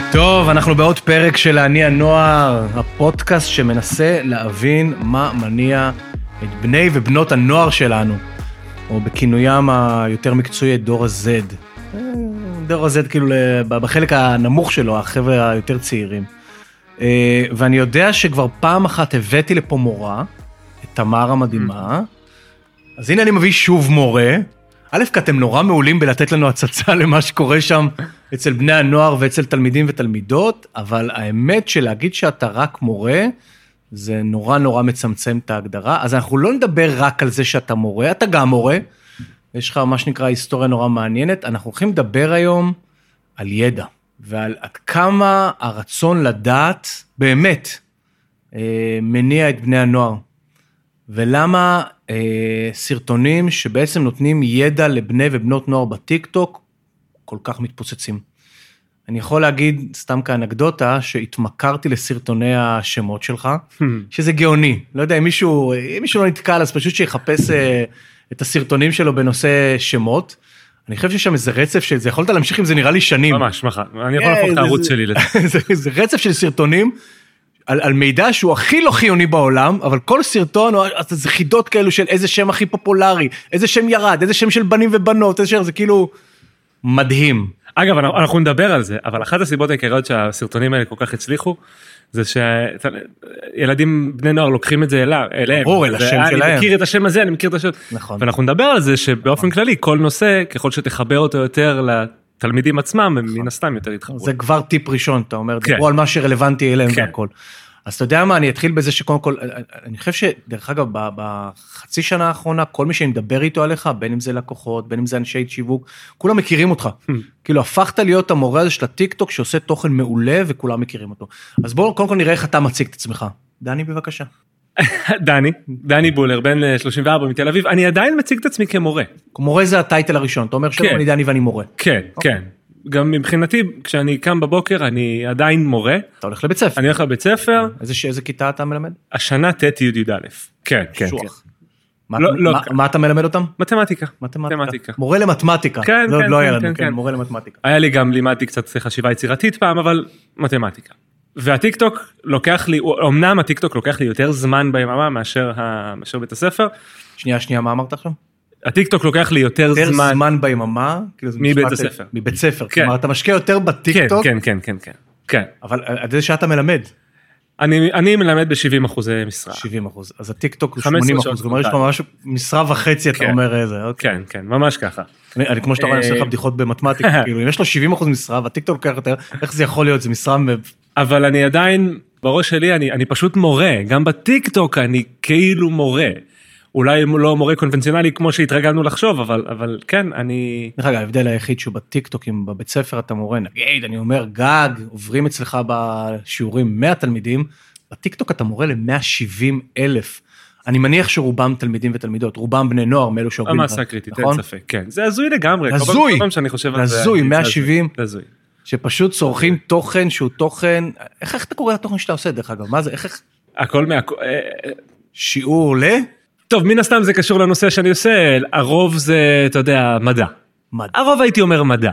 טוב, אנחנו בעוד פרק של אני הנוער, הפודקאסט שמנסה להבין מה מניע את בני ובנות הנוער שלנו, או בכינויים היותר מקצועי, דור ה-Z. דור ה-Z כאילו בחלק הנמוך שלו, החבר'ה היותר צעירים. ואני יודע שכבר פעם אחת הבאתי לפה מורה, את תמר המדהימה, אז הנה אני מביא שוב מורה, א', כי אתם נורא מעולים בלתת לנו הצצה למה שקורה שם אצל בני הנוער ואצל תלמידים ותלמידות, אבל האמת שלהגיד שאתה רק מורה, זה נורא נורא מצמצם את ההגדרה, אז אנחנו לא נדבר רק על זה שאתה מורה, אתה גם מורה, יש לך מה שנקרא היסטוריה נורא מעניינת, אנחנו הולכים לדבר היום על ידע, ועל עד כמה הרצון לדעת באמת מניע את בני הנוער, ולמה סרטונים שבעצם נותנים ידע לבני ובנות נוער בטיק-טוק, כל כך מתפוצצים. אני יכול להגיד, סתם כאנקדוטה, שהתמכרתי לסרטוני השמות שלך, שזה גאוני. לא יודע, אם מישהו לא נתקל, אז פשוט שיחפש את הסרטונים שלו בנושא שמות. אני חושב שיש שם איזה רצף של זה, יכולת להמשיך עם זה נראה לי שנים. ממש, אני יכול להפוך את הערוץ שלי לזה. זה רצף של סרטונים, על מידע שהוא הכי לא חיוני בעולם, אבל כל סרטון, זה חידות כאלו של איזה שם הכי פופולרי, איזה שם ירד, איזה שם של בנים ובנות, איזה שם, זה כאילו מדהים. אגב, אנחנו נדבר על זה, אבל אחת הסיבות העיקריות שהסרטונים האלה כל כך הצליחו, זה שילדים, בני נוער לוקחים את זה אליהם. ברור, אל השם שלהם. אני מכיר את השם הזה, אני מכיר את השם. נכון. ואנחנו נדבר על זה שבאופן כללי, כל נושא, ככל שתחבר אותו יותר לתלמידים עצמם, הם מן הסתם יותר יתחברו. זה כבר טיפ ראשון, אתה אומר, דברו על מה שרלוונטי אליהם והכל. אז אתה יודע מה, אני אתחיל בזה שקודם כל, אני חושב שדרך אגב, בחצי שנה האחרונה, כל מי שמדבר איתו עליך, בין אם זה לקוחות, בין אם זה אנשי שיווק, כולם מכירים אותך. כאילו, הפכת להיות המורה הזה של הטיק-טוק, שעושה תוכן מעולה, וכולם מכירים אותו. אז בואו, קודם כל נראה איך אתה מציג את עצמך. דני, בבקשה. דני בולר, בן 34 מתל אביב, אני עדיין מציג את עצמי כמורה. מורה זה הטייטל הראשון, אתה אומר שלום, אני דני ואני מורה. כן, כן. גם מבחינתי, כשאני קם בבוקר, אני עדיין מורה. אתה הולך לבית ספר. אני הולך לבית ספר. איזה כיתה אתה מלמד? השנה ט' י' י' א'. כן, כן. מה אתה מלמד אותם? מתמטיקה. מורה למתמטיקה. כן, לא היה לנו, כן, מורה למתמטיקה. היה לי גם, לימדתי קצת חשיבה יצירתית פעם, אבל מתמטיקה. והטיקטוק לוקח לי, אמנם הטיקטוק לוקח לי יותר זמן ביממה מאשר בית הספר. שנייה, מה אמרת עכשיו? הטיקטוק לוקח לי יותר זמן ביממה, מבית הספר. מבית ספר, כלומר, אתה משקיע יותר בטיקטוק. כן. אבל עד זה שאתה מלמד. אני מלמד ב-70% משרה. 70%, אז הטיקטוק הוא 80%, כלומר, יש לך ממש משרה וחצי, אתה אומר איזה. כן, ממש ככה. אני כמו שאתה רואה, אני עושה לך בדיחות במתמטיקה, כאילו, אם יש לו 70% משרה, והטיקטוק לוקח יותר, איך זה יכול להיות? זה משרה... אבל אני עדיין, בראש שלי, אני פשוט מורה, גם בטיקטוק אני כאילו מורה. אולי לא מורה קונבנציונלי כמו שהתרגלנו לחשוב, אבל כן, אני... דרך אגב, ההבדל היחיד שהוא בטיקטוקים, בבית ספר אתה מורה, נגיד, אני אומר, גג, עוברים אצלך בשיעורים 100 תלמידים, בטיקטוק אתה מורה ל-170,000. אני מניח שרובם תלמידים ותלמידות, רובם בני נוער, מאלו שעוברים... המסה קריטית, אין ספק, כן. זה הזוי לגמרי. הזוי, הזוי, 170, שפשוט צורכים תוכן שהוא תוכן... איך אתה קורא לתוכן שאתה עושה, דרך אגב? מה זה, איך... הכל שיעור ל... טוב, מן הסתם זה קשור לנושא שאני עושה, הרוב זה, אתה יודע, מדע. הרוב הייתי אומר מדע.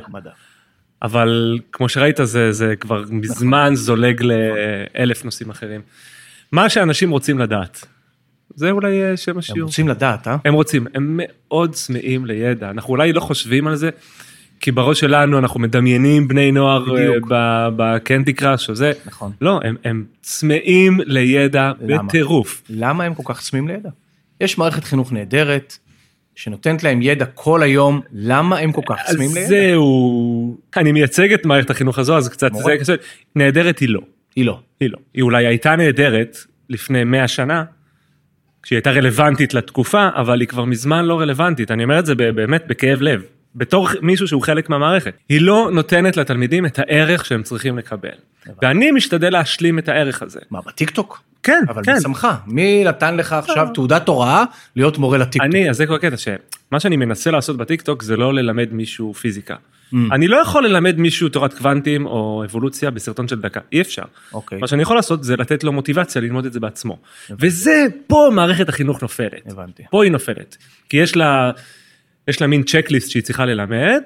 אבל כמו שראית, זה כבר מזמן זולג ל1,000 נושאים אחרים. מה שאנשים רוצים לדעת, זה אולי שם השיעור. הם רוצים לדעת, הם רוצים, הם מאוד צמאים לידע. אנחנו אולי לא חושבים על זה, כי בראש שלנו אנחנו מדמיינים בני נוער בקנדי קראש או זה. נכון. לא, הם צמאים לידע בטירוף. למה הם כל כך צמאים לידע? יש מערכת חינוך נהדרת, שנותנת להם ידע כל היום, למה הם כל כך צמאים לידע? זהו, אני מייצג את מערכת החינוך הזו, אז קצת, נהדרת היא לא. היא לא. היא אולי הייתה נהדרת לפני 100 שנה, כשהיא הייתה רלוונטית לתקופה, אבל היא כבר מזמן לא רלוונטית, אני אומר את זה באמת בכאב לב, בתור מישהו שהוא חלק מהמערכת. היא לא נותנת לתלמידים את הערך שהם צריכים לקבל. ואני משתדל להשלים את הערך הזה. מה, בטיקטוק? כן, אבל בשמחה, מי נתן לך עכשיו תעודת הוראה להיות מורה לטיקטוק? אז זה כל הקטע שמה שאני מנסה לעשות בטיקטוק זה לא ללמד מישהו פיזיקה. אני לא יכול ללמד מישהו תורת קוונטים או אבולוציה בסרטון של דקה, אי אפשר. מה שאני יכול לעשות זה לתת לו מוטיבציה ללמוד את זה בעצמו. וזה פה מערכת החינוך נופלת. פה היא נופלת. כי יש לה מין צ'קליסט שהיא צריכה ללמד,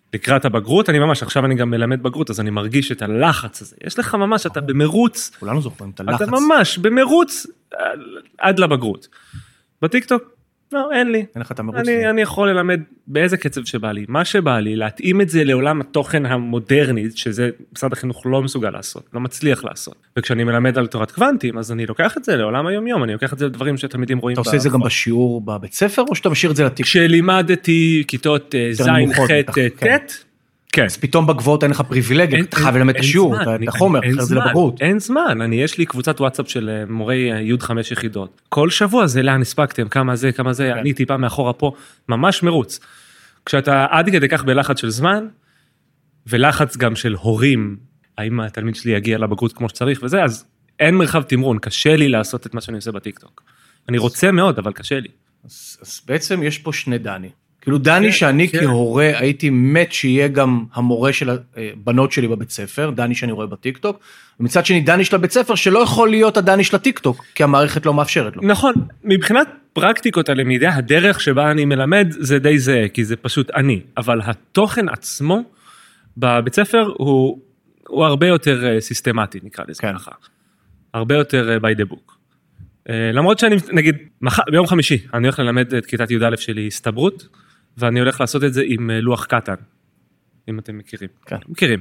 לקראת הבגרות, אני ממש, עכשיו אני גם מלמד בגרות, אז אני מרגיש את הלחץ הזה. יש לך ממש, אתה במרוץ. כולנו זוכרים את הלחץ. אתה ממש במרוץ עד לבגרות. בטיקטוק, לא, אין לי. אין לך את המרוץ. אני יכול ללמד באיזה קצב שבא לי, מה שבא לי, להתאים את זה לעולם התוכן המודרני, שזה משרד החינוך לא מסוגל לעשות, לא מצליח לעשות. וכשאני מלמד על תורת קוונטים, אז אני לוקח את זה לעולם היום-יום, אני לוקח את זה לדברים שתלמידים רואים. אתה עושה את זה גם בשיעור בבית ספר, או שאתה משאיר את זה לטיקטוק? כשלימדתי כיתות ז', ח', ט', כן. אז פתאום בגבוהות אין לך פריבילגיה, אתה חייב ללמד את השיעור, את החומר, אחרי זה לבגרות. אין זמן, יש לי קבוצת וואטסאפ של מורי י' 5 יחידות. כל שבוע זה לאן הספקתם, כמה זה, אני טיפה מאחורה פה, ממש מרוץ. כשאתה עד כדי כך בלחץ של זמן, ולחץ גם של הורים, האם התלמיד שלי יגיע לבגרות כמו שצריך וזה, אז אין מרחב תמרון, קשה לי לעשות את מה שאני עושה בטיקטוק. אני רוצה מאוד, אבל קשה לי. אז בעצם יש פה שני דני. כאילו דני שאני כהורה הייתי מת שיהיה גם המורה של הבנות שלי בבית ספר, דני שאני רואה בטיקטוק, ומצד שני דני של הבית ספר שלא יכול להיות הדני של הטיקטוק, כי המערכת לא מאפשרת לו. נכון, מבחינת פרקטיקות הלמידה, הדרך שבה אני מלמד זה די זה, כי זה פשוט אני, אבל התוכן עצמו בבית ספר הוא הרבה יותר סיסטמטי, נקרא לזה ככה. הרבה יותר by the book. למרות שאני, נגיד, ביום חמישי, אני הולך ללמד את כיתת י"א שלי הסתברות, ואני הולך לעשות את זה עם לוח קטן, אם אתם מכירים. כן. מכירים.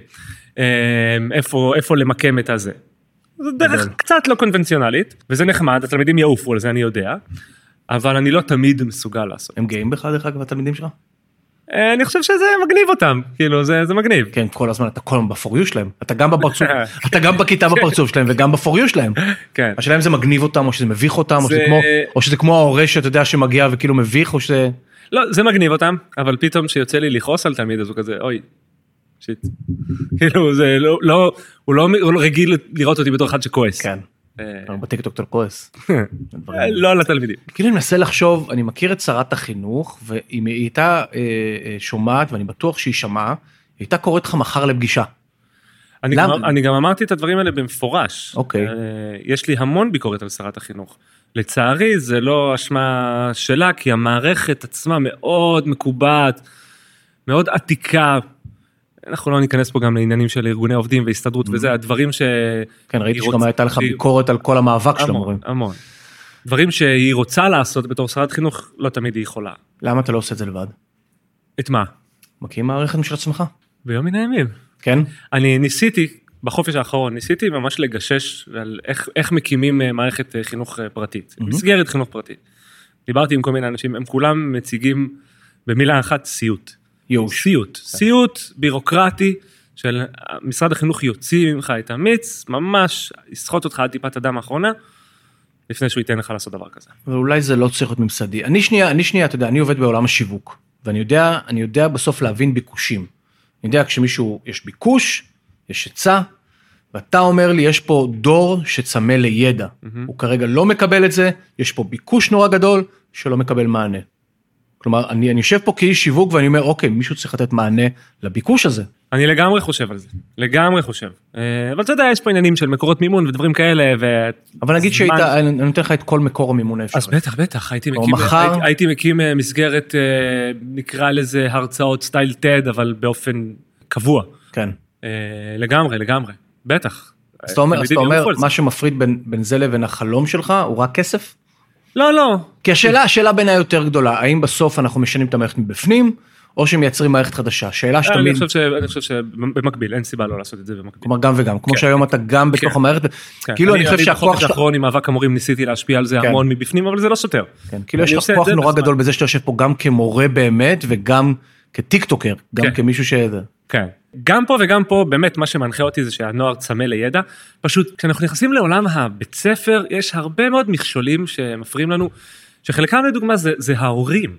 איפה למקם את הזה. זו דרך קצת לא קונבנציונלית, וזה נחמד, התלמידים יעופו על זה, אני יודע, אבל אני לא תמיד מסוגל לעשות. הם גאים בך דרך אגב התלמידים שלך? אני חושב שזה מגניב אותם, כאילו זה מגניב. כן, כל הזמן אתה כל הזמן בפוריו שלהם, אתה גם בפרצוף, אתה גם בכיתה בפרצוף שלהם וגם בפוריו שלהם. כן. השאלה אם זה מגניב אותם או שזה מביך אותם, או שזה כמו ההורה שאתה יודע שמגיע וכאילו מביך או שזה... לא, זה מגניב אותם, אבל פתאום שיוצא לי לכעוס על תלמיד, אז הוא כזה, אוי, שיט. כאילו זה הוא לא רגיל לראות אותי בתור אחד שכועס. כן. בטיקטוק אתה כועס. לא על התלמידים. כאילו אני מנסה לחשוב, אני מכיר את שרת החינוך, ואם היא הייתה שומעת, ואני בטוח שהיא שמעה, היא הייתה קוראת לך מחר לפגישה. אני גם אמרתי את הדברים האלה במפורש. אוקיי. יש לי המון ביקורת על שרת החינוך. לצערי זה לא אשמה שלה, כי המערכת עצמה מאוד מקובעת, מאוד עתיקה, אנחנו לא ניכנס פה גם לעניינים של ארגוני עובדים והסתדרות וזה, הדברים ש... כן, ראיתי שגם הייתה לך ביקורת על כל המאבק של המורים. המון. דברים שהיא רוצה לעשות בתור שרת חינוך, לא תמיד היא יכולה. למה אתה לא עושה את זה לבד? את מה? מקים מערכת משל עצמך? ביום מן הימים. כן? אני ניסיתי, בחופש האחרון, ניסיתי ממש לגשש על איך מקימים מערכת חינוך פרטית, מסגרת חינוך פרטית. דיברתי עם כל מיני אנשים, הם כולם מציגים במילה אחת סיוט. סיוט בירוקרטי של משרד החינוך יוציא ממך את המיץ, ממש יסחוט אותך עד טיפת הדם האחרונה, לפני שהוא ייתן לך לעשות דבר כזה. ואולי זה לא צריך להיות ממסדי. אני שנייה, אתה יודע, אני עובד בעולם השיווק, ואני יודע בסוף להבין ביקושים. אני יודע כשמישהו, יש ביקוש, יש היצע, ואתה אומר לי, יש פה דור שצמא לידע. הוא כרגע לא מקבל את זה, יש פה ביקוש נורא גדול, שלא מקבל מענה. כלומר, אני יושב פה כאיש שיווק, ואני אומר, אוקיי, מישהו צריך לתת מענה לביקוש הזה. אני לגמרי חושב על זה, לגמרי חושב. אבל אתה יודע, יש פה עניינים של מקורות מימון ודברים כאלה, אבל נגיד שהיית, אני נותן לך את כל מקור המימון האפשרי. אז בטח, הייתי מקים מסגרת, נקרא לזה הרצאות סטייל TED, אבל באופן קבוע. כן. לגמרי, בטח. אז אתה אומר, מה שמפריד בין זה לבין החלום שלך, הוא רק כסף? לא. כי השאלה בין היותר גדולה, האם בסוף אנחנו משנים את המערכת מבפנים, או שמייצרים מערכת חדשה? שאלה שתמיד... אני חושב שבמקביל, אין סיבה לא לעשות את זה במקביל. כלומר, גם וגם. כמו שהיום אתה גם בתוך המערכת, כאילו אני חושב שהכוח... בחופש האחרון עם מאבק המורים ניסיתי להשפיע על זה המון מבפנים, אבל זה לא סותר. כאילו יש לך כוח נורא גדול בזה שאתה יושב פה גם כמורה באמת, וגם כטיקטוקר, גם כמישהו ש... כן. גם פה וגם פה, באמת, מה שמנחה אותי זה שהנוער צמא לידע. פשוט, כשאנחנו נכנסים לעולם הבית ספר, יש הרבה מאוד מכשולים שמפריעים לנו, שחלקם לדוגמה זה ההורים.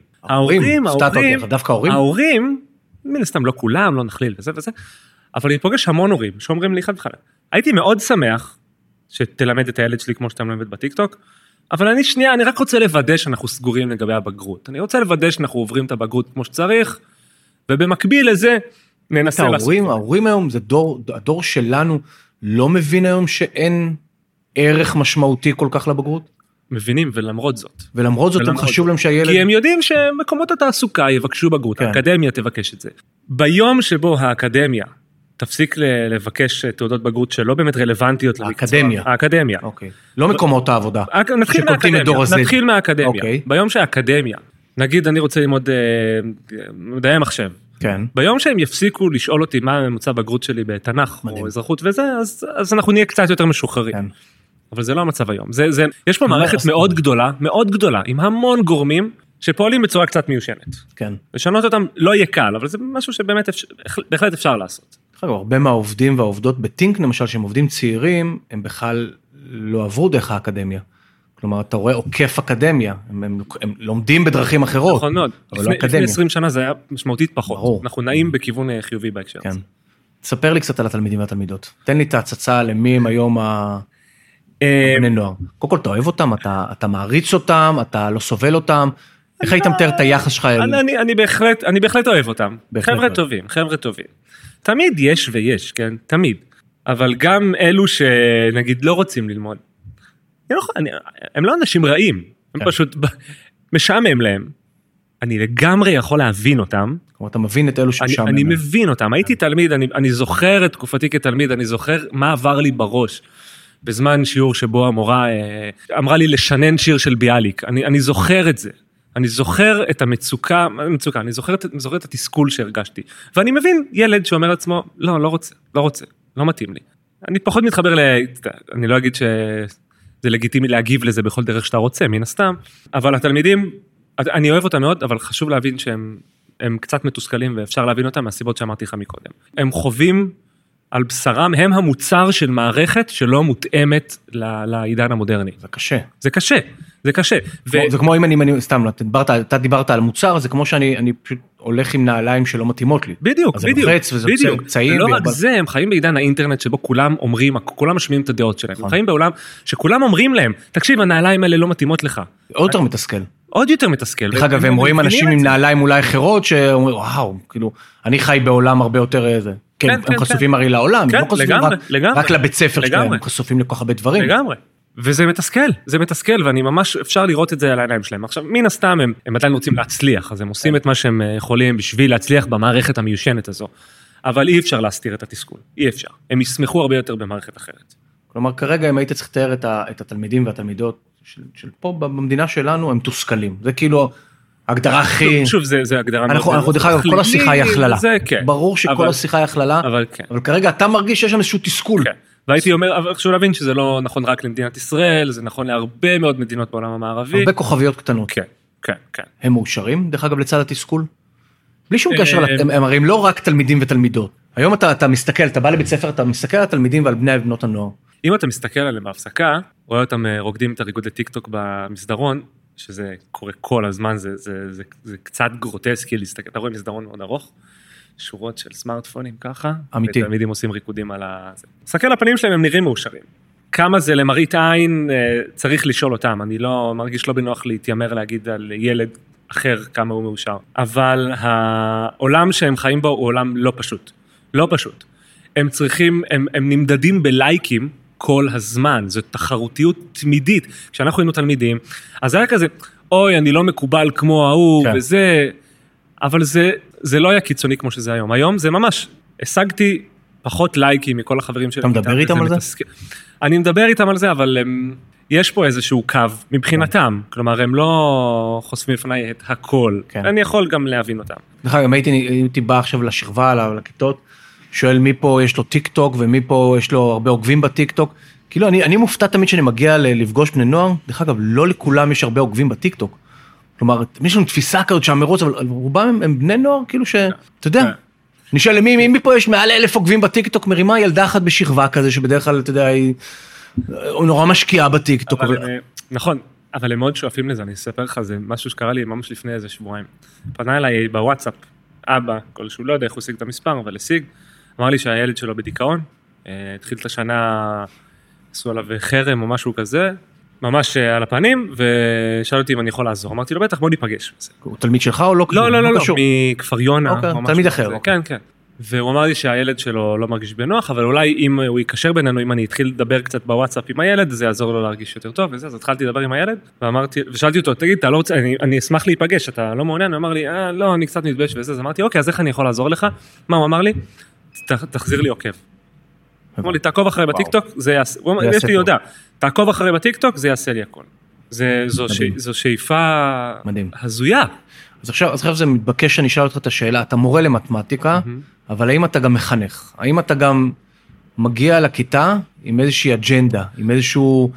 ההורים, מן הסתם לא כולם, לא נכליל וזה וזה, אבל אני פוגש המון הורים שאומרים לי אחד וחלק. הייתי מאוד שמח שתלמד את הילד שלי כמו שאתה מלמד בטיקטוק, אבל אני רק רוצה לוודא שאנחנו סגורים לגבי הבגרות. אני רוצה לוודא שאנחנו עוברים את הבגרות כמו שצריך, ובמקביל לזה ננסה לעשות. ההורים היום, הדור שלנו לא מבין היום שאין ערך משמעותי כל כך לבגרות? מבינים, ולמרות זאת. ולמרות זאת, הם חשוב להם שהילד... כי הם יודעים שמקומות התעסוקה יבקשו בגרות, האקדמיה תבקש את זה. ביום שבו האקדמיה תפסיק לבקש תעודות בגרות שלא באמת רלוונטיות למקצוע. האקדמיה. אוקיי. לא מקומות העבודה. נתחיל מהאקדמיה. ביום שהאקדמיה, נגיד אני רוצה ללמוד מדעי מחשב. כן. ביום שהם יפסיקו לשאול אותי מה הממוצע בגרות שלי בתנ"ך או אזרחות וזה, אז אנחנו נהיה קצת יותר משוחררים. כן. אבל זה לא המצב היום. יש פה מערכת מאוד גדולה, מאוד גדולה, עם המון גורמים שפועלים בצורה קצת מיושנת. כן. לשנות אותם לא יהיה קל, אבל זה משהו שבאמת בהחלט אפשר לעשות. הרבה מהעובדים והעובדות בטינק, למשל, שהם עובדים צעירים, הם בכלל לא עברו דרך האקדמיה. כלומר, אתה רואה עוקף אקדמיה, הם לומדים בדרכים אחרות. נכון מאוד. לפני 20 שנה זה היה משמעותית פחות. אנחנו נעים בכיוון חיובי בהקשר הזה. תספר לי קצת על התלמידים והתלמידות. תן לי את ההצצה למי הם היום בני נוער. קודם כל, אתה אוהב אותם, אתה מעריץ אותם, אתה לא סובל אותם. איך היית מתאר את היחס שלך? אני בהחלט אוהב אותם. חבר'ה טובים. תמיד יש ויש, כן? תמיד. אבל גם אלו שנגיד לא רוצים ללמוד. הם לא אנשים רעים. הם פשוט משעמם להם. אני לגמרי יכול להבין אותם. כלומר, אתה מבין את אלו שמשעמם. אני מבין אותם. הייתי תלמיד, אני זוכר את תקופתי כתלמיד, אני זוכר מה עבר לי בראש. בזמן שיעור שבו המורה אמרה לי לשנן שיר של ביאליק. אני זוכר את זה. אני זוכר את המצוקה, אני זוכר את התסכול שהרגשתי. ואני מבין ילד שאומר לעצמו, לא רוצה, לא מתאים לי. אני פחות מתחבר אני לא אגיד שזה לגיטימי להגיב לזה בכל דרך שאתה רוצה, מן הסתם. אבל התלמידים, אני אוהב אותם מאוד, אבל חשוב להבין שהם קצת מתוסכלים, ואפשר להבין אותם מהסיבות שאמרתי לך מקודם. הם חווים על בשרם, הם המוצר של מערכת שלא מותאמת לעידן המודרני. זה קשה. זה כמו אם סתם, אתה דיברת על מוצר, זה כמו שאני פשוט הולך עם נעליים שלא מתאימות לי. בדיוק. אז זה מוחץ וזה יוצר קצעים. לא רק זה, הם חיים בעידן האינטרנט שבו כולם אומרים, כולם משמיעים את הדעות שלהם. הם חיים בעולם שכולם אומרים להם, תקשיב, הנעליים האלה לא מתאימות לך. עוד יותר מתסכל. דרך אגב, הם רואים אנשים עם נעליים אולי אחרות, שאומרים, וואו, כאילו, אני חי בעולם הרבה יותר איזה. כן, הם חשופים הרי לעולם, הם לא חשופים רק לבית ספר שלהם, הם חשופים לכל כך הרבה דברים. לגמרי. וזה מתסכל, ואני ממש אפשר לראות את זה על העיניים שלהם. עכשיו, מן הסתם הם עדיין רוצים להצליח, אז הם עושים את מה שהם יכולים בשביל להצליח במערכת המיושנת הזו. אבל אי אפשר להסתיר את התסכול, אי אפשר. הם ישמחו הרבה יותר במערכת אחרת. כלומר, כרגע אם היית צריך לתאר את התלמידים והתלמידות של פה במדינה שלנו, הם תוסכלים. זה כאילו הגדרה הכי... שוב, זה הגדרה... אנחנו דרך אגב, כל השיחה היא הכללה. ברור שכל השיחה היא הכללה, אבל כרגע אתה מרגיש שיש שם איזשהו תסכול. והייתי אומר, אבל חשוב להבין שזה לא נכון רק למדינת ישראל, זה נכון להרבה מאוד מדינות בעולם המערבי. הרבה כוכביות קטנות. כן. הם מאושרים, דרך אגב, לצד התסכול? בלי שום קשר, הם הרי לא רק תלמידים ותלמידות. היום אתה מסתכל, אתה בא לבית ספר, אתה מסתכל על התלמידים ועל בני ובנות הנוער. אם אתה מסתכל עליהם בהפסקה, רואה אותם רוקדים את הריקוד לטיק-טוק במסדרון, שזה קורה כל הזמן, זה קצת גרוטסקי להסתכל, אתה רואה מסדרון מאוד ארוך, שורות של סמארטפונים ככה, אמיתי. ותלמידים עושים ריקודים על זה. מסתכל לפנים שלהם, הם נראים מאושרים. כמה זה למראית עין, צריך לשאול אותם, אני לא מרגיש לא בנוח להתיימר להגיד על ילד אחר כמה הוא מאושר, אבל העולם שהם חיים בו הוא עולם לא פשוט, לא פשוט. הם צריכים, הם נמדדים בלייקים כל הזמן, זו תחרותיות תמידית. כשאנחנו היינו תלמידים, אז היה כזה, אוי, אני לא מקובל כמו ההוא, כן. וזה, אבל זה לא היה קיצוני כמו שזה היום. היום זה ממש, השגתי פחות לייקים מכל החברים שלי. אתה מדבר איתם על זה? אני מדבר איתם על זה, אבל יש פה איזשהו קו מבחינתם, כלומר, הם לא חושפים לפני את הכל. אני יכול גם להבין אותם. דרך אגב, הייתי בא עכשיו לשכבה, לכיתות, שואל מי פה יש לו טיק טוק, ומי פה יש לו הרבה עוקבים בטיק טוק. כאילו, אני מופתע תמיד שאני מגיע לפגוש בני נוער, דרך אגב, לא לכולם יש הרבה עוקבים בטיק טוק. כלומר, יש לנו תפיסה כזאת שהמרוץ, אבל רובם הם בני נוער, כאילו אתה יודע, נשאל מי פה יש מעל 1,000 עוקבים בטיק טוק, מרימה ילדה אחת בשכבה כזה, שבדרך כלל, אתה יודע, היא נורא משקיעה בטיק טוק. נכון, אבל הם מאוד שואפים לזה, אני אספר לך, זה משהו שקרה לי ממש לפני איזה שבועיים. פנה אליי בוואטסאפ, אבא, כלשהו, לא יודע איך הוא השיג את המספר, אבל השיג, אמר לי שהילד שלו בדיכאון, התחיל את השנה, עשו עליו חרם או משהו כזה, ממש על הפנים, ושאל אותי אם אני יכול לעזור. אמרתי לו, בטח, בוא ניפגש. הוא תלמיד שלך או לא? לא, מכפר יונה. תלמיד אחר. כן, כן. והוא אמר לי שהילד שלו לא מרגיש בנוח, אבל אולי אם הוא יקשר בינינו, אם אני אתחיל לדבר קצת בוואטסאפ עם הילד, זה יעזור לו להרגיש יותר טוב וזה, אז התחלתי לדבר עם הילד, ושאלתי אותו, תגיד, אתה לא רוצה, אני אשמח להיפגש, אתה לא מעוניין? הוא אמר לי, לא, אני קצת מתבייש וזה, אז אמרתי, אוקיי, אז איך אני יכול לעזור לך? מה הוא אמר לי? תחזיר לי עוקב. הוא אמר לי, תעקוב אחרי בטיקטוק, זה יעשה, יש לי יודע, תעקוב אחרי בטיקטוק, זה יעשה לי הכל. זו שאיפה הזויה. אז עכשיו זה מתבקש שאני אשאל אותך את השאלה, אתה מורה למתמטיקה, אבל האם אתה גם מחנך? האם אתה גם מגיע לכיתה עם איזושהי אג'נדה, עם איזשהו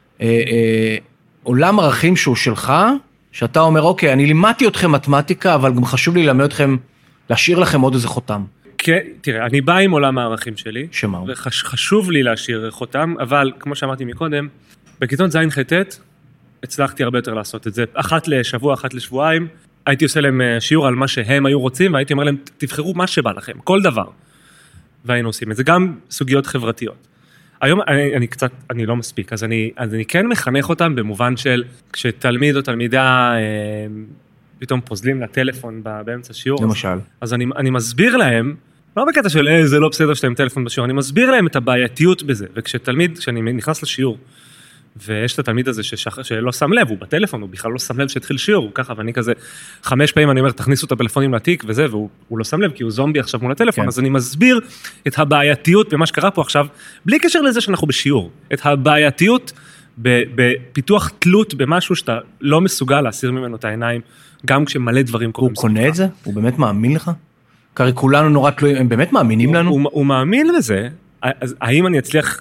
עולם ערכים שהוא שלך, שאתה אומר, אוקיי, אני לימדתי אתכם מתמטיקה, אבל גם חשוב לי ללמד אתכם, להשאיר לכם עוד איזה חותם. כן, תראה, אני בא עם עולם הערכים שלי, שמה הוא? וחשוב לי להשאיר חותם, אבל כמו שאמרתי מקודם, בכיתות ז' ח' ט', הצלחתי הרבה יותר לעשות את זה, אחת לשבוע, אחת לשבועיים, הייתי עושה להם שיעור על מה שהם היו רוצים, והייתי אומר להם, תבחרו מה שבא לכם, כל דבר. והיינו עושים את זה, גם סוגיות חברתיות. היום אני לא מספיק, אז אני כן מחנך אותם במובן של, כשתלמיד או תלמידה פתאום פוזלים לטלפון באמצע שיעור, למשל. אז אני מסביר להם, לא בקטע של זה לא בסדר שלהם טלפון בשיעור, אני מסביר להם את הבעייתיות בזה, כשאני נכנס לשיעור, ויש את התלמיד הזה שלא שם לב, הוא בטלפון, הוא בכלל לא שם לב שהתחיל שיעור, ככה, ואני כזה 5 פעמים אני אומר, תכניסו את הפלאפונים לתיק וזה, והוא לא שם לב, כי הוא זומבי עכשיו מול הטלפון, כן. אז אני מסביר את הבעייתיות במה שקרה פה עכשיו, בלי קשר לזה שאנחנו בשיעור, את הבעייתיות בפיתוח תלות במשהו שאתה לא מסוגל להסיר ממנו את העיניים, גם כשמלא דברים קורים. הוא קונה את זה? הוא באמת מאמין לך? כי כולנו נורא תלויים, הם באמת מאמינים לנו? הוא מאמין לזה, אז האם אני אצליח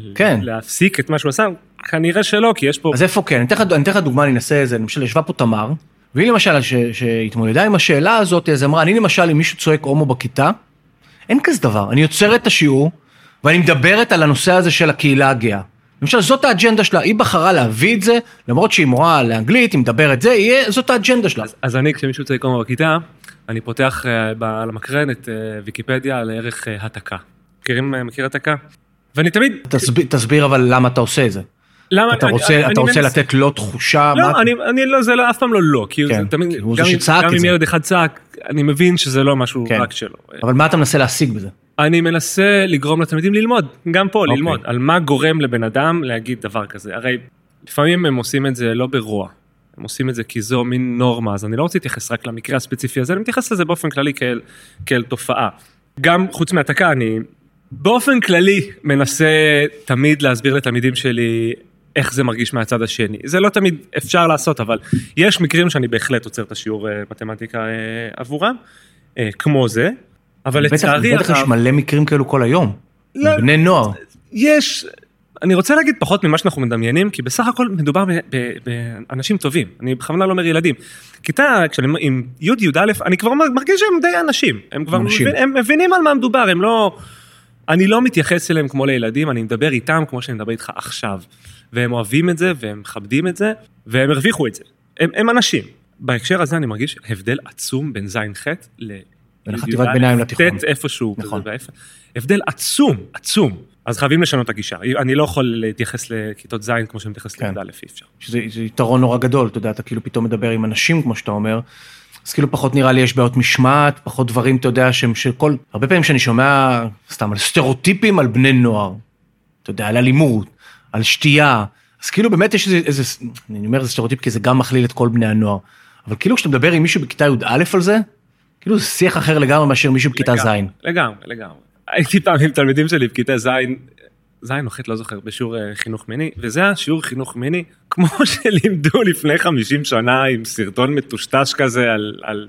להפסיק את מה שהוא עשה? כנראה שלא, כי יש פה... אז איפה כן? אני אתן לך דוגמה, אני אנסה את זה, למשל, ישבה פה תמר, והיא למשל, שהתמודדה עם השאלה הזאת, אז אמרה, אני למשל, אם מישהו צועק הומו בכיתה, אין כזה דבר, אני יוצרת את השיעור, ואני מדברת על הנושא הזה של הקהילה הגאה. למשל, זאת האג'נדה שלה, היא בחרה להביא את זה, למרות שהיא מורה לאנגלית, היא מדברת זה, זאת האג'נדה שלה. אז אני, כשמישהו צועק הומו בכיתה, אני פותח למקרן את ויקיפדיה על ערך התקה. מכיר התקה? ואני תמיד... תסביר אבל למה אתה עושה את זה. למה? אתה רוצה לתת לו תחושה? לא, אני לא, זה אף פעם לא, כי זה תמיד, גם אם ילד אחד צעק, אני מבין שזה לא משהו רק שלו. אבל מה אתה מנסה להשיג בזה? אני מנסה לגרום לתלמידים ללמוד, גם פה ללמוד, על מה גורם לבן אדם להגיד דבר כזה. הרי לפעמים הם עושים את זה לא ברוע, הם עושים את זה כי זו מין נורמה, אז אני לא רוצה להתייחס רק למקרה הספציפי הזה, אני מתייחס לזה באופן כללי כאל תופעה. גם חוץ מהתקה, אני באופן כללי מנסה תמיד להסביר לתלמידים שלי איך זה מרגיש מהצד השני. זה לא תמיד אפשר לעשות, אבל יש מקרים שאני בהחלט עוצר את השיעור מתמטיקה עבורם, כמו זה, אבל לצערי... בטח יש מלא מקרים כאלו כל היום, בני נוער. יש, אני רוצה להגיד פחות ממה שאנחנו מדמיינים, כי בסך הכל מדובר באנשים טובים, אני בכוונה לא אומר ילדים. כיתה, עם י' י' אני כבר מרגיש שהם די אנשים, הם כבר מבינים על מה מדובר, הם לא... אני לא מתייחס אליהם כמו לילדים, אני מדבר איתם כמו שאני מדבר איתך עכשיו, והם אוהבים את זה, והם מכבדים את זה, והם הרוויחו את זה. הם אנשים. בהקשר הזה אני מרגיש הבדל עצום בין זין ח' לחטיבת ביניים לתיכון. איפשהו. נכון. הבדל עצום, עצום. אז חייבים לשנות את הגישה. אני לא יכול להתייחס לכיתות זין כמו שאני מתייחס לכיתה א', אי אפשר. שזה יתרון נורא גדול, אתה יודע, אתה כאילו פתאום מדבר עם אנשים, כמו שאתה אומר, אז כאילו פחות נראה לי יש בעיות משמעת, פחות דברים, אתה יודע, שהם של כל... הרבה פעמים שאני שומע, סתם, על סטריאוטיפים על בני נוער, אתה יודע, על אלימות, על שתייה, אז כאילו באמת יש איזה, אני אומר, זה סטריאוטיפ, כי זה גם מכליל את כל בני הנוער, אבל כאילו כשאתה מדבר עם מישהו בכיתה י"א על זה, כאילו זה שיח אחר לגמרי מאשר מישהו בכיתה ז'. לגמרי. הייתי פעם עם תלמידים שלי בכיתה ז' או ח' לא זוכר, בשיעור חינוך מיני, וזה השיעור חינוך מיני, כמו שלימדו לפני 50 שנה, עם סרטון מטושטש כזה על...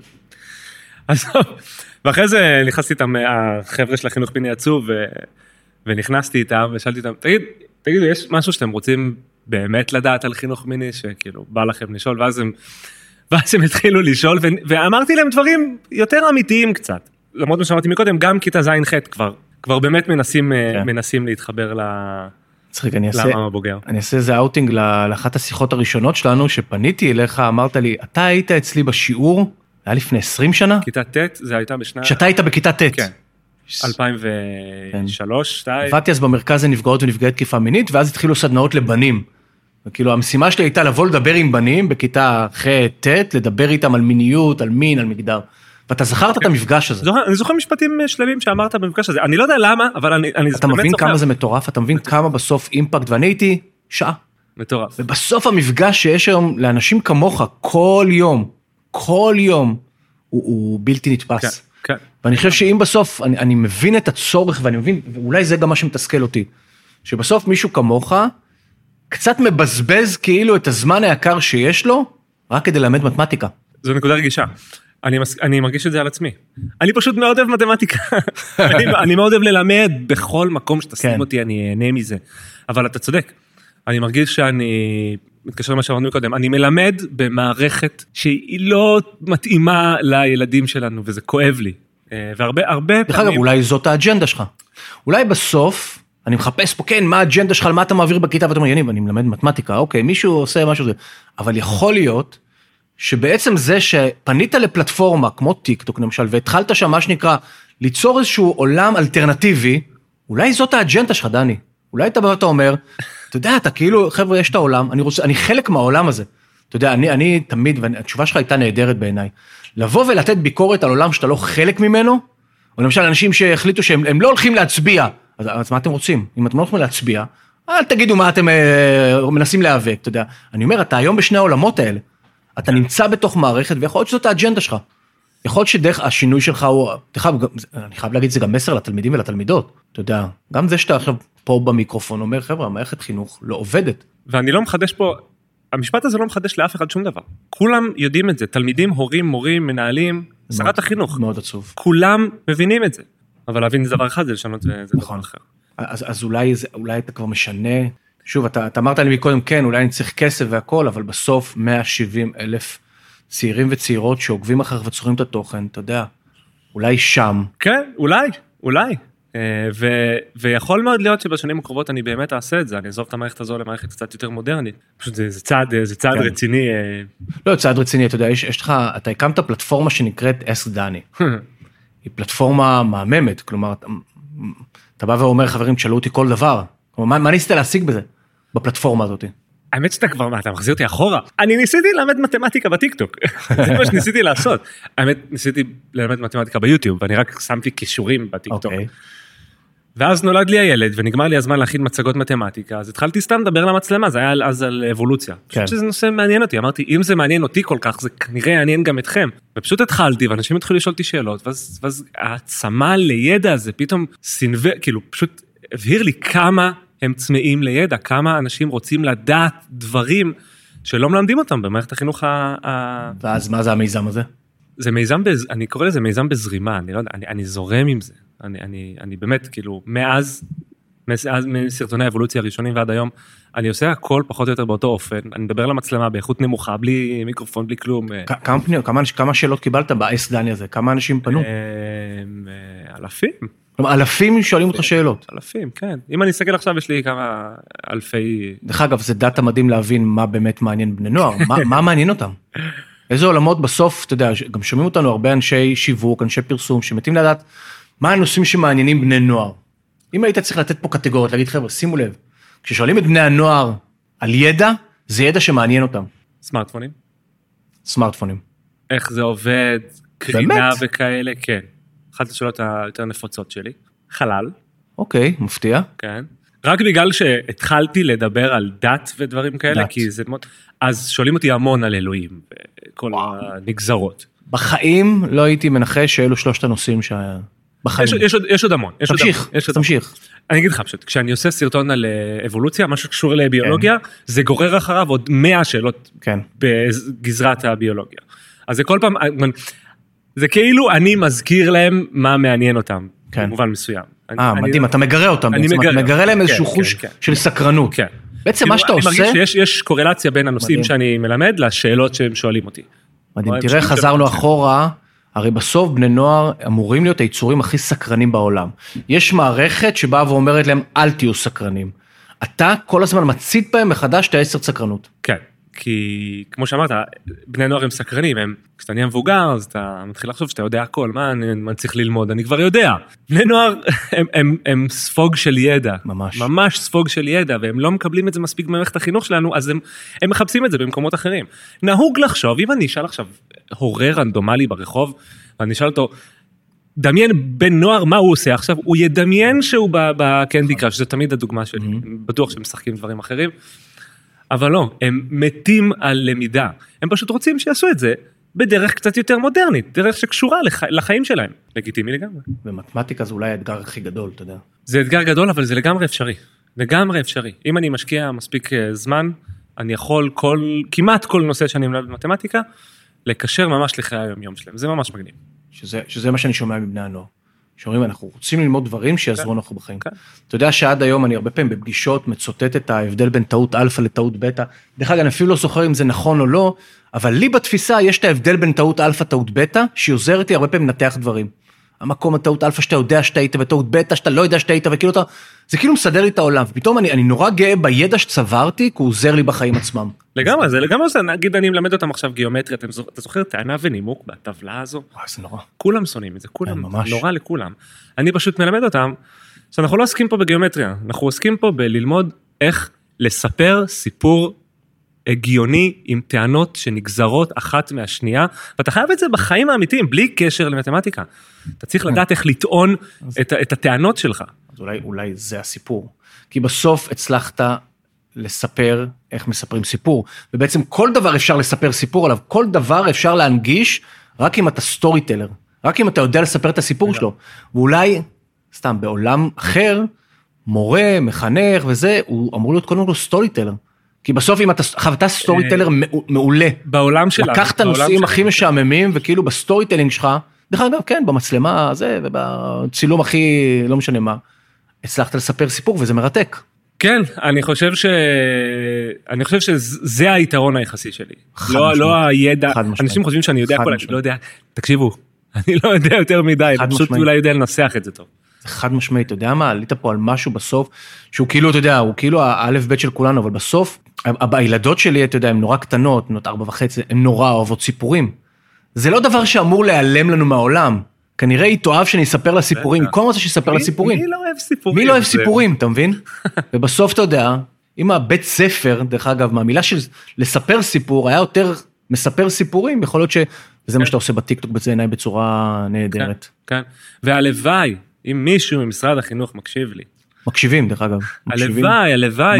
ואחרי זה נכנסתי איתם, החבר'ה של החינוך מיני יצאו, ונכנסתי איתם, ושאלתי איתם, תגידו, יש משהו שאתם רוצים באמת לדעת על חינוך מיני, שכאילו בא לכם לשאול, ואז הם התחילו לשאול, ואמרתי להם דברים יותר אמיתיים קצת. למרות מה שאמרתי מקודם, גם כיתה זין ח' כבר באמת מנסים להתחבר לעם הבוגר. אני אעשה איזה אאוטינג לאחת השיחות הראשונות שלנו, שפניתי אליך, אמרת לי, אתה היית אצלי בשיעור, היה לפני 20 שנה? כיתה ט', זה הייתה בשנה... שאתה היית בכיתה ט'. כן. 2003, 2002. עבדתי אז במרכז לנפגעות ונפגעי תקיפה מינית, ואז התחילו סדנאות לבנים. וכאילו המשימה שלי הייתה לבוא לדבר עם בנים בכיתה ח' ט', לדבר איתם על מיניות, על מין, על מגדר. ואתה זכרת את המפגש הזה. אני זוכר משפטים שלמים שאמרת במפגש הזה, אני לא יודע למה, אבל אני באמת זוכר. אתה מבין כמה זה מטורף, אתה מבין כמה בסוף אימפקט, ואני הייתי שעה. מטורף. ובסוף המפגש שיש היום לאנשים כמוך, כל יום, הוא בלתי נתפס. כן. ואני חושב שאם בסוף, אני מבין את הצורך, ואני מבין, ואולי זה גם מה שמתסכל אותי, שבסוף מישהו כמוך, קצת מבזבז כאילו את הזמן היקר שיש לו, רק כדי ללמד מתמטיקה. זו נקודה רגישה. אני מרגיש את זה על עצמי. אני פשוט מאוד אוהב מתמטיקה. אני מאוד אוהב ללמד בכל מקום שתשים אותי, אני אהנה מזה. אבל אתה צודק. אני מרגיש שאני, מתקשר למה שאמרנו קודם, אני מלמד במערכת שהיא לא מתאימה לילדים שלנו, וזה כואב לי. והרבה פעמים... דרך אגב, אולי זאת האג'נדה שלך. אולי בסוף, אני מחפש פה, כן, מה האג'נדה שלך, על מה אתה מעביר בכיתה, ואתה אומר, יניב, אני מלמד מתמטיקה, אוקיי, מישהו עושה משהו זה. אבל יכול להיות שבעצם זה שפנית לפלטפורמה, כמו טיקטוק למשל, והתחלת שם מה שנקרא, ליצור איזשהו עולם אלטרנטיבי, אולי זאת האג'נדה שלך, דני. אולי אתה אומר, אתה יודע, אתה כאילו, חבר'ה, יש את העולם, אני חלק מהעולם הזה. אתה יודע, אני תמיד, והתשובה שלך הייתה נהדרת בעיניי, לבוא ולתת ביקורת על עולם שאתה לא חלק ממנו, או למשל אנשים שהחליטו שהם לא הולכים להצביע, אז מה אתם רוצים? אם אתם לא הולכים להצביע, אל תגידו מה אתם מנסים להיאבק, אתה יודע. אני אומר, אתה היום בשני העולמות האלה, אתה נמצא בתוך מערכת, ויכול להיות שזאת האג'נדה שלך. יכול להיות שדרך השינוי שלך הוא, אני חייב להגיד, זה גם מסר לתלמידים ולתלמידות, אתה יודע, גם זה שאתה עכשיו פה במיקרופון אומר, חבר'ה, המערכת חינוך לא עובדת. ואני לא מחדש פה, המשפט הזה לא מחדש לאף אחד שום דבר. כולם יודעים את זה, תלמידים, הורים, מורים, מנהלים, שרת החינוך. מאוד עצוב. כולם מבינים את זה. אבל להבין זה דבר אחד, זה לשנות זה דבר אחר. אז אולי אתה כבר משנה, שוב, אתה אמרת לי מקודם, כן, אולי אני צריך כסף והכל, אבל בסוף 170,000 צעירים וצעירות שעוקבים אחר וצורכים את התוכן, אתה יודע, אולי שם. כן, אולי. ויכול מאוד להיות שבשנים הקרובות אני באמת אעשה את זה, אני אעזוב את המערכת הזו למערכת קצת יותר מודרנית, פשוט זה צעד רציני. לא, צעד רציני, אתה יודע, יש לך, אתה הקמת פלטפורמה שנקראת אסק דני, היא פלטפורמה מהממת, כלומר, אתה בא ואומר, חברים, תשאלו אותי כל דבר, כלומר, מה ניסית להשיג בזה, בפלטפורמה הזאת? האמת שאתה כבר, אתה מחזיר אותי אחורה, אני ניסיתי ללמד מתמטיקה בטיקטוק, זה מה שניסיתי לעשות, האמת ניסיתי ללמד מתמטיקה ביוטיוב, ואני רק שמתי קישורים בטיקטוק, ואז נולד לי הילד, ונגמר לי הזמן להכין מצגות מתמטיקה, אז התחלתי סתם לדבר למצלמה, זה היה אז על אבולוציה. פשוט שזה נושא מעניין אותי, אמרתי, אם זה מעניין אותי כל כך, זה כנראה יעניין גם אתכם. ופשוט התחלתי, ואנשים התחילו לשאול אותי שאלות, ואז העצמה לידע הזה פתאום כאילו פשוט הבהיר לי כמה הם צמאים לידע, כמה אנשים רוצים לדעת דברים שלא מלמדים אותם במערכת החינוך ואז מה זה המיזם הזה? זה מיזם, אני קורא לזה מיזם בזרימה, אני זורם עם זה. אני באמת, כאילו, מאז מסרטוני האבולוציה הראשונים ועד היום, אני עושה הכל פחות או יותר באותו אופן, אני מדבר למצלמה באיכות נמוכה, בלי מיקרופון, בלי כלום. כמה שאלות קיבלת באס דני הזה? כמה אנשים פנו? אלפים. כלומר, אלפים שואלים אותך שאלות. אלפים, כן. אם אני אסתכל עכשיו, יש לי כמה אלפי... דרך אגב, זה דאטה מדהים להבין מה באמת מעניין בני נוער, מה מעניין אותם? איזה עולמות בסוף, אתה יודע, גם שומעים אותנו הרבה אנשי שיווק, אנשי פרסום, שמתים לדעת מה הנושאים שמעניינים בני נוער. אם היית צריך לתת פה קטגוריות, להגיד חבר'ה, שימו לב, כששואלים את בני הנוער על ידע, זה ידע שמעניין אותם. סמארטפונים? סמארטפונים. איך זה עובד, קרינה וכאלה, כן. אחת השאלות היותר נפוצות שלי. חלל. אוקיי, מפתיע. כן. רק בגלל שהתחלתי לדבר על דת ודברים כאלה, כי זה מאוד... אז שואלים אותי המון על אלוהים, וכל הנגזרות. בחיים לא הייתי מנחש שאלו שלושת הנושאים שהיה... בחיים. יש עוד המון. תמשיך. אני אגיד לך פשוט, כשאני עושה סרטון על אבולוציה, משהו שקשור לביולוגיה, זה גורר אחריו עוד 100 שאלות בגזרת הביולוגיה. אז זה כל פעם, זה כאילו אני מזכיר להם מה מעניין אותם, במובן מסוים. מדהים, אתה מגרה אותם, אתה מגרה להם איזשהו חוש של סקרנות. בעצם מה שאתה עושה... אני מרגיש שיש קורלציה בין הנושאים שאני מלמד, לשאלות שהם שואלים אותי. מדהים, תראה, חזרנו אחורה, הרי בסוף בני נוער אמורים להיות היצורים הכי סקרנים בעולם. יש מערכת שבאה ואומרת להם, אל תהיו סקרנים. אתה כל הזמן מצית בהם מחדש את היצר סקרנות. כן, כי כמו שאמרת, בני נוער הם סקרנים, כשאתה נהיה מבוגר, אז אתה מתחיל לחשוב שאתה יודע הכל, מה אני צריך ללמוד, אני כבר יודע. בני נוער הם ספוג של ידע, ממש ספוג של ידע, והם לא מקבלים את זה מספיק במערכת החינוך שלנו, אז הם מחפשים את זה במקומות אחרים. נהוג לחשוב, אם אני אשאל עכשיו הורה רנדומלי ברחוב, ואני אשאל אותו, דמיין בן נוער מה הוא עושה עכשיו, הוא ידמיין שהוא בקנדי קראש, זה תמיד הדוגמה שלי, בטוח שהם משחקים דברים אחרים, אבל לא, הם מתים על למידה, הם פשוט רוצים שיעשו את זה, בדרך קצת יותר מודרנית, דרך שקשורה לחיים שלהם, לגיטימי לגמרי. במתמטיקה זה אולי האתגר הכי גדול, אתה יודע. זה אתגר גדול, אבל זה לגמרי אפשרי, לגמרי אפשרי. אם אני משקיע מספיק זמן, אני יכול כמעט כל נושא שאני מלמד במתמטיקה, לקשר ממש לחיי היום-יום שלהם, זה ממש מגניב. שזה מה שאני שומע מבני הנוער. שאומרים, אנחנו רוצים ללמוד דברים שיעזרו אנחנו בחיים. אתה יודע שעד היום אני הרבה פעמים בפגישות מצוטט את ההבדל בין טעות אלפא לטעות בטא. דרך אגב, אני אפילו לא זוכר אם זה נכון או לא, אבל לי בתפיסה יש את ההבדל בין טעות אלפא לטעות בטא, שעוזרת לי הרבה פעמים לנתח דברים. המקום הטעות אלפא שאתה יודע שאתה היית, וטעות בטא שאתה לא יודע שאתה היית, וכאילו אתה, זה כאילו מסדר לי את העולם, ופתאום אני נורא גאה בידע שצברתי, כי הוא עוזר לי בחיים עצמם. לגמרי, זה לגמרי זה, נגיד אני מלמד אותם עכשיו גיאומטריה, אתה זוכר טענה ונימוק בטבלה הזו? זה נורא. כולם שונאים את זה, כולם, נורא לכולם. אני פשוט מלמד אותם, שאנחנו לא עוסקים פה בגיאומטריה, אנחנו עוסקים פה בללמוד איך לספר סיפור הגיוני עם טענות שנגזרות אחת מהשנייה, ואתה חייב את זה בחיים האמיתיים, בלי קשר למתמטיקה. אתה צריך לדעת איך לטעון את הטענות שלך. אז אולי זה הסיפור. כי בסוף הצלחת לספר איך מספרים סיפור, ובעצם כל דבר אפשר לספר סיפור עליו, כל דבר אפשר להנגיש רק אם אתה סטורי טלר, רק אם אתה יודע לספר את הסיפור שלו, ואולי, סתם, בעולם אחר, מורה, מחנך וזה, הוא אמור להיות קודם כל סטורי טלר, כי בסוף אם אתה סטורי טלר מעולה, בעולם שלנו, לקחת נושאים הכי משעממים, וכאילו בסטורי טלינג שלך, דרך אגב, כן, במצלמה הזה, ובצילום הכי, לא משנה מה, הצלחת לספר סיפור, וזה מרתק. כן, אני חושב שזה היתרון היחסי שלי. לא הידע, אנשים חושבים שאני יודע הכל, אני לא יודע, תקשיבו, אני לא יודע יותר מדי, אני פשוט אולי יודע לנסח את זה טוב. חד משמעית, אתה יודע מה, עלית פה על משהו בסוף, שהוא כאילו, אתה יודע, הוא כאילו האלף בית של כולנו, אבל בסוף, הילדות שלי, אתה יודע, הן נורא קטנות, בנות 4.5, הן נורא אוהבות סיפורים. זה לא דבר שאמור להיעלם לנו מהעולם. כנראה היא תאהב שאני אספר לה סיפורים, כל מה שיספר לה סיפורים. מי לא אוהב סיפורים? מי לא אוהב סיפורים, אתה מבין? ובסוף אתה יודע, אם הבית ספר, דרך אגב, מהמילה של לספר סיפור, היה יותר מספר סיפורים, יכול להיות שזה מה שאתה עושה בטיקטוק בעיניי בצורה נהדרת. כן, והלוואי, אם מישהו ממשרד החינוך מקשיב לי. מקשיבים, דרך אגב. הלוואי,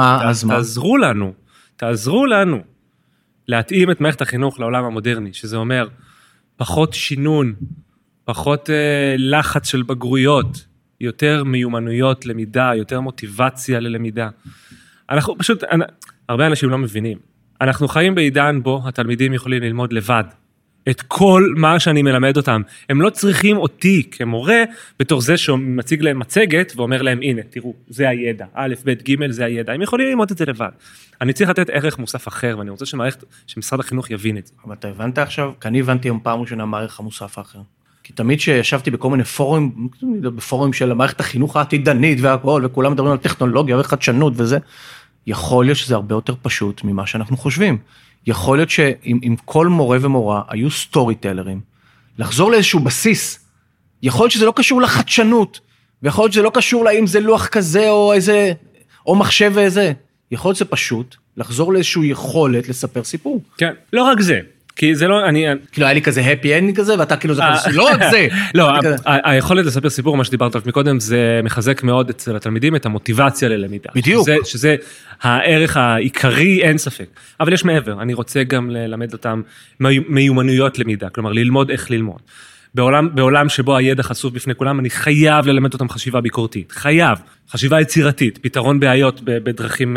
תעזרו לנו להתאים את מערכת החינוך לעולם המודרני, שזה אומר פחות שינון, פחות לחץ של בגרויות, יותר מיומנויות למידה, יותר מוטיבציה ללמידה. אנחנו פשוט, הרבה אנשים לא מבינים. אנחנו חיים בעידן בו התלמידים יכולים ללמוד לבד. את כל מה שאני מלמד אותם. הם לא צריכים אותי כמורה, בתור זה שמציג להם מצגת, ואומר להם, הנה, תראו, זה הידע. א', ב', ג', זה הידע. הם יכולים ללמוד את זה לבד. אני צריך לתת ערך מוסף אחר, ואני רוצה שמשרד החינוך יבין את זה. אבל אתה הבנת עכשיו? כי אני הבנתי היום פעם ראשונה מה הערך המוסף האחר. כי תמיד שישבתי בכל מיני בפורומים של המערכת החינוך העתידנית והכל, וכולם מדברים על טכנולוגיה וחדשנות וזה, יכול להיות שזה הרבה יותר פשוט ממה שאנחנו חושבים. יכול להיות שאם כל מורה ומורה היו סטורי טלרים, לחזור לאיזשהו בסיס, יכול להיות שזה לא קשור לחדשנות, ויכול להיות שזה לא קשור לאם זה לוח כזה או איזה, או מחשב ואיזה, יכול להיות שזה פשוט לחזור לאיזשהו יכולת לספר סיפור. כן, לא רק זה. כי זה לא, כאילו היה לי כזה הפי אנד כזה, ואתה כאילו זוכר, לא רק זה. לא, היכולת לספר סיפור, מה שדיברת עליו מקודם, זה מחזק מאוד אצל התלמידים את המוטיבציה ללמידה. בדיוק. שזה הערך העיקרי, אין ספק. אבל יש מעבר, אני רוצה גם ללמד אותם מיומנויות למידה, כלומר ללמוד איך ללמוד. בעולם שבו הידע חשוף בפני כולם, אני חייב ללמד אותם חשיבה ביקורתית. חייב. חשיבה יצירתית, פתרון בעיות בדרכים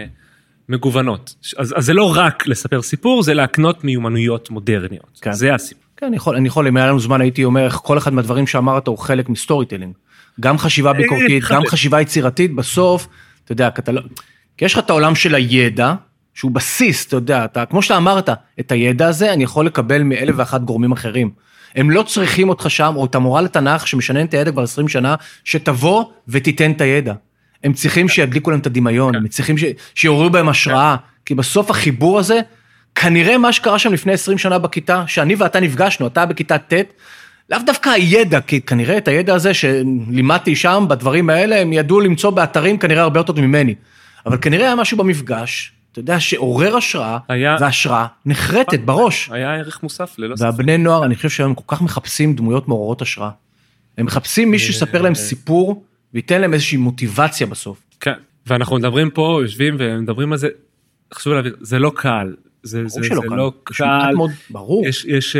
מגוונות. אז זה לא רק לספר סיפור, זה להקנות מיומנויות מודרניות. כן. זה הסיפור. כן, אני יכול, אם היה לנו זמן הייתי אומר, כל אחד מהדברים שאמרת הוא חלק מסטורי טלינג. גם חשיבה ביקורתית, גם חשיבה יצירתית, בסוף, אתה יודע, כי יש לך את העולם של הידע, שהוא בסיס, אתה יודע, כמו שאתה אמרת, את הידע הזה אני יכול לקבל מאלף ואחת גורמים אחרים. הם לא צריכים אותך שם, או את המורה לתנ"ך שמשנן את הידע כבר 20 שנה, שתבוא ותיתן את הידע. הם צריכים שידליקו להם את הדמיון, הם צריכים שיעוררו בהם השראה, כי בסוף החיבור הזה, כנראה מה שקרה שם לפני 20 שנה בכיתה, שאני ואתה נפגשנו, אתה בכיתה ט', לאו דווקא הידע, כי כנראה את הידע הזה שלימדתי שם, בדברים האלה, הם ידעו למצוא באתרים כנראה הרבה יותר ממני, אבל כנראה היה משהו במפגש, אתה יודע שעורר השראה, היה- והשראה נחרטת בראש. היה ערך מוסף ללא ספק. והבני נוער, אני חושב שהם כל כך מחפשים דמויות מעוררות השראה. הם מחפשים מישהו שיספר להם סיפור, וייתן להם איזושהי מוטיבציה בסוף. כן, ואנחנו מדברים פה, יושבים ומדברים על זה, חשוב להבהיר, זה לא קל, זה ברור שלא קל. לא יש מעט קל, מאוד- ברור, יש,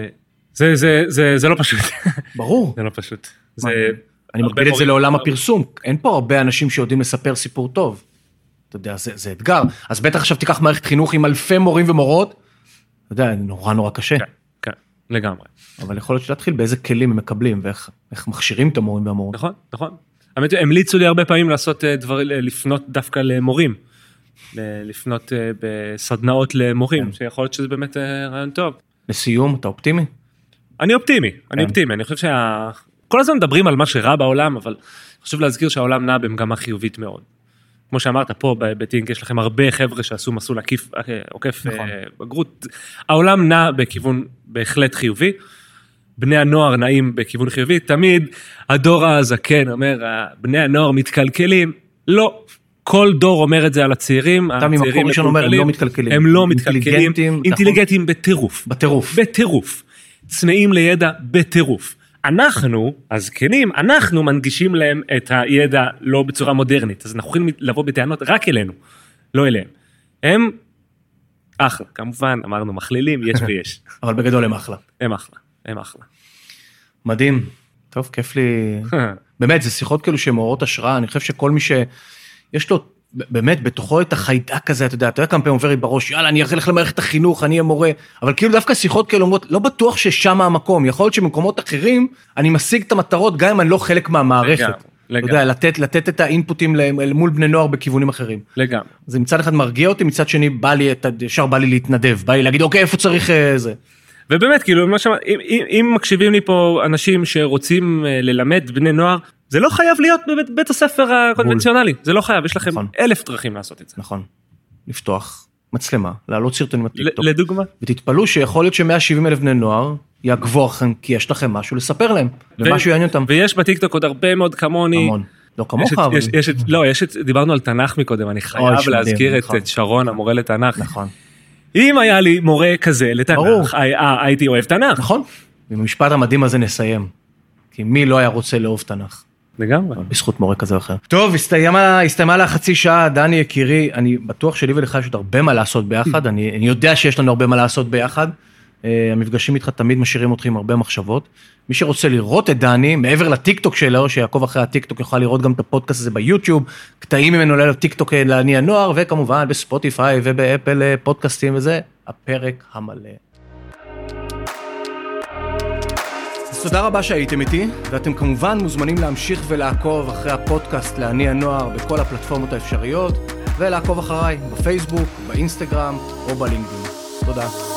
זה לא פשוט, ברור. זה לא פשוט. מה, זה אני הרבה מגביל את זה מורים- לעולם הפרסום. אין פה הרבה אנשים שיודעים לספר סיפור טוב. אתה יודע, זה אתגר. אז בטח עכשיו תיקח מערכת חינוך עם אלפי מורים ומורות, אתה יודע, נורא קשה. כן, כן, לגמרי. אבל יכול להיות שלהתחיל באיזה כלים הם מקבלים, ואיך מכשירים את המורים והמורות. נכון, נכון. האמת, המליצו לי הרבה פעמים לעשות דברים, לפנות דווקא למורים, לפנות בסדנאות למורים, שיכול להיות שזה באמת רעיון טוב. לסיום, אתה אופטימי? אני אופטימי, אני חושב כל הזמן מדברים על מה שרע בעולם, אבל חשוב להזכיר שהעולם נע במגמה חיובית מאוד. כמו שאמרת פה בטינק, יש לכם הרבה חבר'ה שעשו מסלול עוקף בגרות. העולם נע בכיוון בהחלט חיובי, בני הנוער נעים בכיוון חיובי, תמיד הדור הזקן אומר, בני הנוער מתקלקלים, לא. כל דור אומר את זה על הצעירים, אתה ממקום ראשון אומר, הם לא מתקלקלים. הם לא מתקלקלים, אינטליגנטים בטירוף. בטירוף. בטירוף. צמאים לידע בטירוף. אנחנו, הזקנים, אנחנו מנגישים להם את הידע לא בצורה מודרנית, אז אנחנו יכולים לבוא בטענות רק אלינו, לא אליהם. הם אחלה, כמובן, אמרנו מכלילים, יש ויש. אבל בגדול הם אחלה. הם אחלה, הם אחלה. מדהים. טוב, כיף לי. באמת, זה שיחות כאילו שמעוררות השראה, אני חושב שכל מי שיש לו באמת בתוכו את החיידק הזה, אתה יודע כמה פעמים עובר לי בראש, יאללה, אני אלך למערכת החינוך, אני אהיה מורה, אבל כאילו דווקא שיחות כאלה אומרות, לא בטוח ששם המקום, יכול להיות שבמקומות אחרים, אני משיג את המטרות, גם אם אני לא חלק מהמערכת. אתה יודע, לתת את האינפוטים מול בני נוער בכיוונים אחרים. לגמרי. זה מצד אחד מרגיע אותי, מצד שני ישר בא לי להתנדב, בא לי להגיד, אוקיי, איפה צריך זה? ובאמת, כאילו, אם מקשיבים לי פה אנשים שרוצים ללמד בני נוער, זה לא חייב להיות בבית הספר הקונבנציונלי, זה לא חייב, יש לכם 1000 דרכים לעשות את זה. נכון. לפתוח מצלמה, להעלות סרטונים בטיקטוק. לדוגמה. ותתפלאו שיכול להיות ש170,000 בני נוער יעקבו לכם, כי יש לכם משהו לספר להם, ומשהו יעניין אותם. ויש בטיקטוק עוד הרבה מאוד כמוני. המון. לא כמוך, אבל... לא, דיברנו על תנ"ך מקודם, אני חייב להזכיר את שרון, המורה לתנ"ך. נכון. אם היה לי מורה כזה לתנ"ך, הייתי אוהב תנ"ך. נכון. ובמשפט המדהים הזה נסיים. כי מי לא היה רוצה לאהוב תנ"ך? לגמרי. בזכות מורה כזה או אחר. טוב, הסתיימה לה חצי שעה, דני יקירי, אני בטוח שלי ולך יש עוד הרבה מה לעשות ביחד, אני יודע שיש לנו הרבה מה לעשות ביחד, המפגשים איתך תמיד משאירים אותך עם הרבה מחשבות, מי שרוצה לראות את דני, מעבר לטיקטוק שלו, שיעקוב אחרי הטיקטוק יוכל לראות גם את הפודקאסט הזה ביוטיוב, קטעים ממנו לטיקטוק לעני הנוער, וכמובן בספוטיפיי ובאפל פודקאסטים וזה, הפרק המלא. אז תודה רבה שהייתם איתי, ואתם כמובן מוזמנים להמשיך ולעקוב אחרי הפודקאסט לעני הנוער בכל הפלטפורמות האפשריות, ולעקוב אחריי בפייסבוק, באינסטגרם או בלינקדאין. תודה.